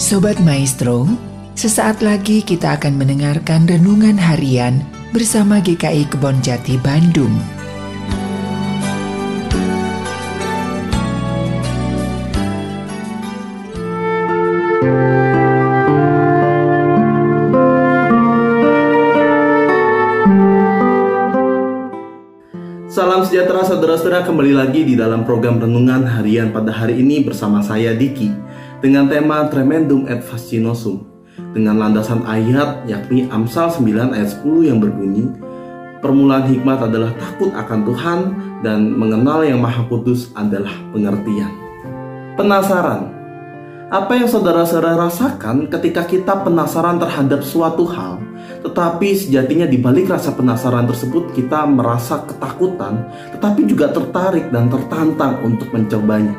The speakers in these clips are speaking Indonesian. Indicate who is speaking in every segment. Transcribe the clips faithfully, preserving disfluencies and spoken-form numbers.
Speaker 1: Sobat Maestro, sesaat lagi kita akan mendengarkan renungan harian bersama G K I Kebonjati Bandung.
Speaker 2: Salam sejahtera saudara-saudara, kembali lagi di dalam program Renungan Harian pada hari ini bersama saya Diki dengan tema Tremendum et Fascinosum dengan landasan ayat yakni Amsal sembilan ayat sepuluh yang berbunyi, permulaan hikmat adalah takut akan Tuhan dan mengenal yang Maha Kudus adalah pengertian. Penasaran? Apa yang saudara-saudara rasakan ketika kita penasaran terhadap suatu hal, tetapi sejatinya di balik rasa penasaran tersebut kita merasa ketakutan, tetapi juga tertarik dan tertantang untuk mencobanya?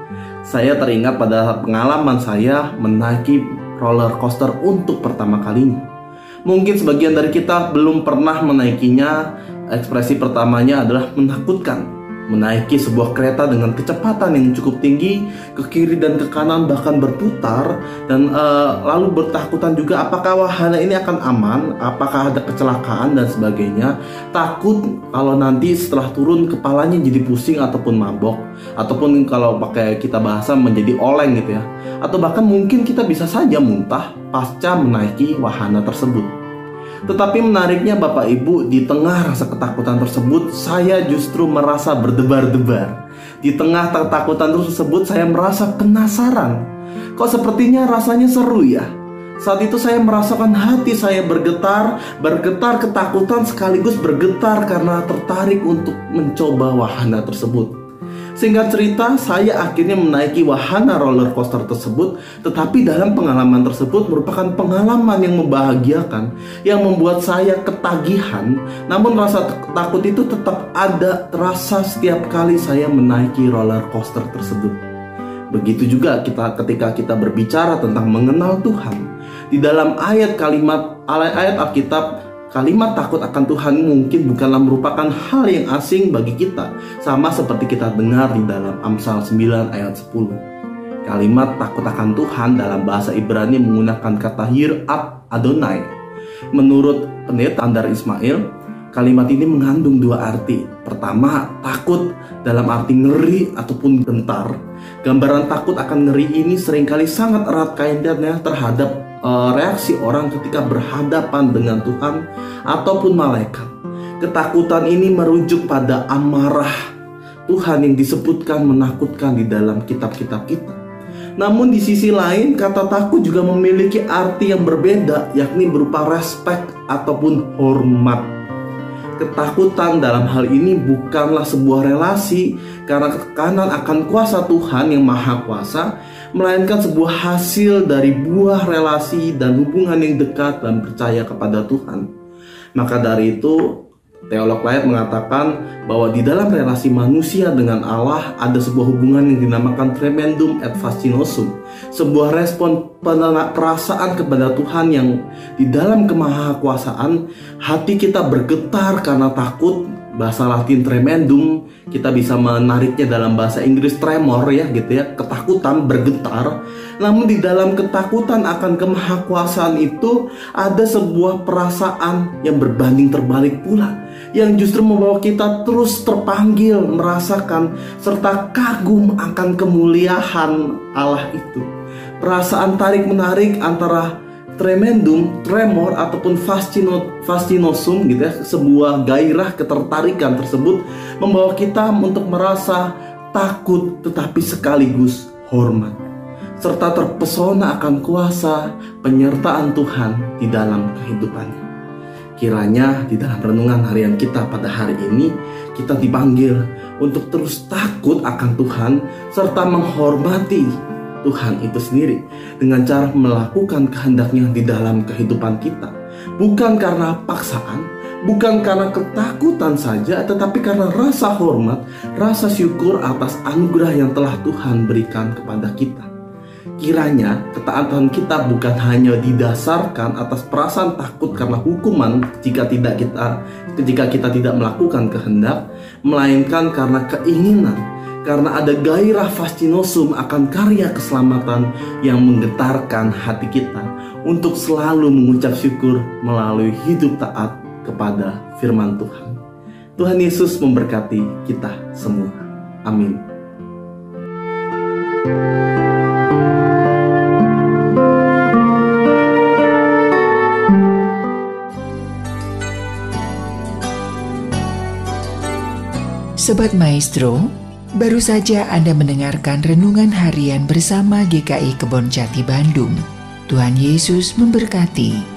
Speaker 2: Saya teringat pada pengalaman saya menaiki roller coaster untuk pertama kalinya. Mungkin sebagian dari kita belum pernah menaikinya. Ekspresi pertamanya adalah menakutkan. Menaiki sebuah kereta dengan kecepatan yang cukup tinggi, ke kiri dan ke kanan bahkan berputar, dan uh, lalu bertakutan juga apakah wahana ini akan aman, apakah ada kecelakaan dan sebagainya. Takut kalau nanti setelah turun kepalanya jadi pusing ataupun mabok, ataupun kalau pakai kita bahasa menjadi oleng gitu ya, atau bahkan mungkin kita bisa saja muntah pasca menaiki wahana tersebut. Tetapi menariknya Bapak Ibu, di tengah rasa ketakutan tersebut saya justru merasa berdebar-debar. Di tengah ketakutan tersebut saya merasa penasaran. Kok sepertinya rasanya seru ya? Saat itu saya merasakan hati saya bergetar, bergetar ketakutan sekaligus bergetar karena tertarik untuk mencoba wahana tersebut. Singkat cerita, saya akhirnya menaiki wahana roller coaster tersebut. Tetapi dalam pengalaman tersebut merupakan pengalaman yang membahagiakan, yang membuat saya ketagihan. Namun rasa takut itu tetap ada terasa setiap kali saya menaiki roller coaster tersebut. Begitu juga kita ketika kita berbicara tentang mengenal Tuhan. Di dalam ayat kalimat ayat Alkitab, kalimat takut akan Tuhan mungkin bukanlah merupakan hal yang asing bagi kita, sama seperti kita dengar di dalam Amsal sembilan ayat sepuluh. Kalimat takut akan Tuhan dalam bahasa Ibrani menggunakan kata Yirat Adonai. Menurut pendeta Andar Ismail, kalimat ini mengandung dua arti. Pertama, takut dalam arti ngeri ataupun gentar. Gambaran takut akan ngeri ini seringkali sangat erat kaitannya terhadap reaksi orang ketika berhadapan dengan Tuhan ataupun malaikat. Ketakutan ini merujuk pada amarah Tuhan yang disebutkan menakutkan di dalam kitab-kitab kita. Namun di sisi lain, kata takut juga memiliki arti yang berbeda, yakni berupa respek ataupun hormat. Ketakutan dalam hal ini bukanlah sebuah relasi karena tekanan akan kuasa Tuhan yang maha kuasa, melainkan sebuah hasil dari buah relasi dan hubungan yang dekat dan percaya kepada Tuhan. Maka dari itu, teolog lain mengatakan bahwa di dalam relasi manusia dengan Allah ada sebuah hubungan yang dinamakan Tremendum et Fascinosum, sebuah respon perasaan kepada Tuhan yang di dalam kemahakuasaan hati kita bergetar karena takut. Bahasa Latin tremendum, kita bisa menariknya dalam bahasa Inggris tremor ya gitu ya, ketakutan, bergetar. Namun di dalam ketakutan akan kemahakuasaan itu ada sebuah perasaan yang berbanding terbalik pula, yang justru membawa kita terus terpanggil merasakan serta kagum akan kemuliaan Allah itu. Perasaan tarik-menarik antara tremendum, tremor ataupun fascino, fascinosum gitu ya, sebuah gairah ketertarikan tersebut membawa kita untuk merasa takut tetapi sekaligus hormat, serta terpesona akan kuasa penyertaan Tuhan di dalam kehidupannya. Kiranya di dalam renungan harian kita pada hari ini kita dipanggil untuk terus takut akan Tuhan serta menghormati Tuhan itu sendiri dengan cara melakukan kehendaknya di dalam kehidupan kita. Bukan karena paksaan, bukan karena ketakutan saja, tetapi karena rasa hormat, rasa syukur atas anugerah yang telah Tuhan berikan kepada kita. Kiranya ketaatan kita bukan hanya didasarkan atas perasaan takut karena hukuman jika tidak kita jika kita tidak melakukan kehendak, melainkan karena keinginan karena ada gairah fascinosum akan karya keselamatan yang menggetarkan hati kita untuk selalu mengucap syukur melalui hidup taat kepada firman Tuhan. Tuhan Yesus memberkati kita semua. Amin.
Speaker 1: Sobat Maestro, baru saja Anda mendengarkan Renungan Harian bersama G K I Kebon Jati Bandung. Tuhan Yesus memberkati.